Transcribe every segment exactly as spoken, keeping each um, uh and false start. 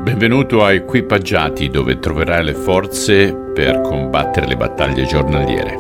Benvenuto a Equipaggiati, dove troverai le forze per combattere le battaglie giornaliere.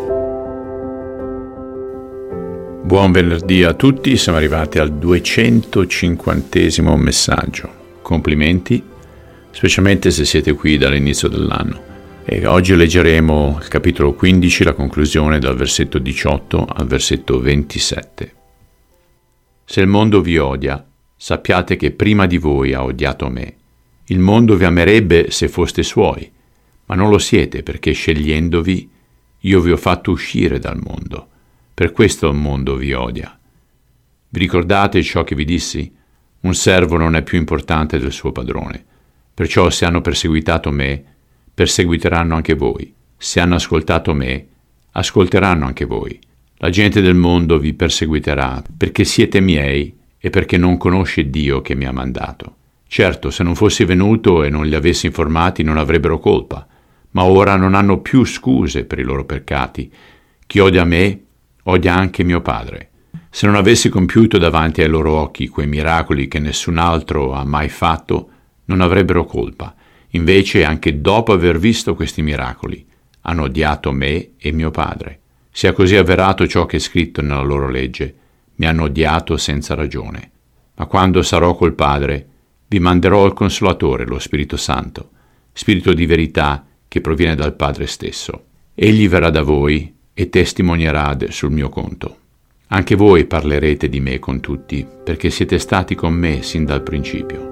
Buon venerdì a tutti, siamo arrivati al duecentocinquantesimo messaggio. Complimenti, specialmente se siete qui dall'inizio dell'anno. E oggi leggeremo il capitolo quindici, la conclusione dal versetto diciotto al versetto ventisette. Se il mondo vi odia, sappiate che prima di voi ha odiato me. Il mondo vi amerebbe se foste suoi, ma non lo siete perché scegliendovi io vi ho fatto uscire dal mondo. Per questo il mondo vi odia. Vi ricordate ciò che vi dissi? Un servo non è più importante del suo padrone. Perciò se hanno perseguitato me, perseguiteranno anche voi. Se hanno ascoltato me, ascolteranno anche voi. La gente del mondo vi perseguiterà perché siete miei e perché non conosce Dio che mi ha mandato. Certo, se non fossi venuto e non li avessi informati non avrebbero colpa, ma ora non hanno più scuse per i loro peccati. Chi odia me, odia anche mio Padre. Se non avessi compiuto davanti ai loro occhi quei miracoli che nessun altro ha mai fatto, non avrebbero colpa. Invece, anche dopo aver visto questi miracoli, hanno odiato me e mio Padre. Sia così avverato ciò che è scritto nella loro legge. Mi hanno odiato senza ragione. Ma quando sarò col Padre, vi manderò il Consolatore, lo Spirito Santo, Spirito di verità che proviene dal Padre stesso. Egli verrà da voi e testimonierà sul mio conto. Anche voi parlerete di me con tutti, perché siete stati con me sin dal principio.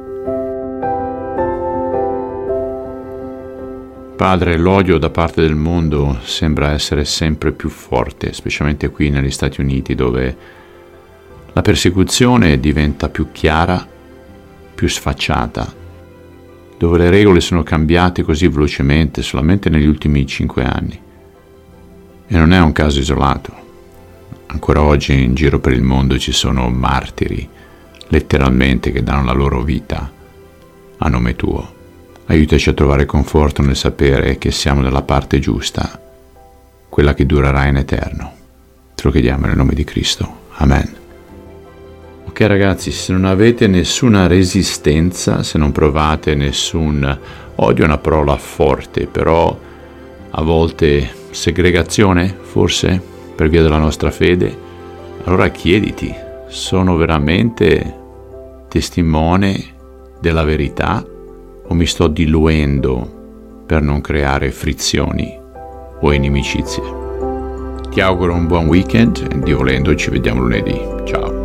Padre, l'odio da parte del mondo sembra essere sempre più forte, specialmente qui negli Stati Uniti, dove la persecuzione diventa più chiara, più sfacciata, dove le regole sono cambiate così velocemente solamente negli ultimi cinque anni. E non è un caso isolato. Ancora oggi in giro per il mondo ci sono martiri, letteralmente, che danno la loro vita a nome tuo. Aiutaci a trovare conforto nel sapere che siamo nella parte giusta, quella che durerà in eterno. Te lo chiediamo nel nome di Cristo. Amen. Ok ragazzi, se non avete nessuna resistenza, se non provate nessun odio, è una parola forte, però a volte segregazione, forse, per via della nostra fede, allora chiediti, sono veramente testimone della verità o mi sto diluendo per non creare frizioni o inimicizie? Ti auguro un buon weekend e Dio volendo ci vediamo lunedì. Ciao.